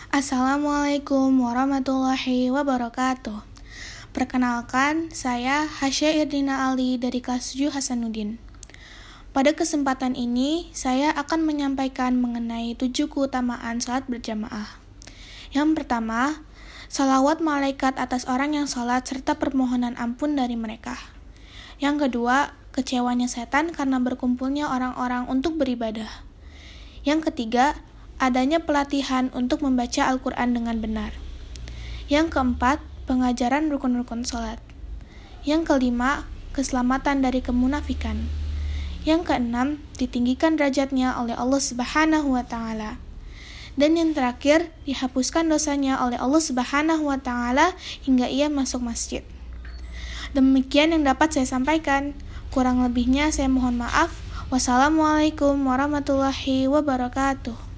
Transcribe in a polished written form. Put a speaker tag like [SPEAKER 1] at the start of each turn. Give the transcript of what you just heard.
[SPEAKER 1] Assalamualaikum warahmatullahi wabarakatuh. Perkenalkan, saya Hasya Irdina Ali dari kelas 7 Hasanuddin. Pada kesempatan ini, saya akan menyampaikan mengenai 7 keutamaan salat berjamaah. Yang pertama, salawat malaikat atas orang yang salat serta permohonan ampun dari mereka. Yang kedua, kecewanya setan karena berkumpulnya orang-orang untuk beribadah. Yang ketiga, adanya pelatihan untuk membaca Al-Quran dengan benar. Yang keempat, pengajaran rukun-rukun salat. Yang kelima, keselamatan dari kemunafikan. Yang keenam, ditinggikan derajatnya oleh Allah Subhanahu wa Ta'ala. Dan yang terakhir, dihapuskan dosanya oleh Allah Subhanahu wa Ta'ala hingga ia masuk masjid. Demikian yang dapat saya sampaikan. Kurang lebihnya saya mohon maaf. Wassalamualaikum warahmatullahi wabarakatuh.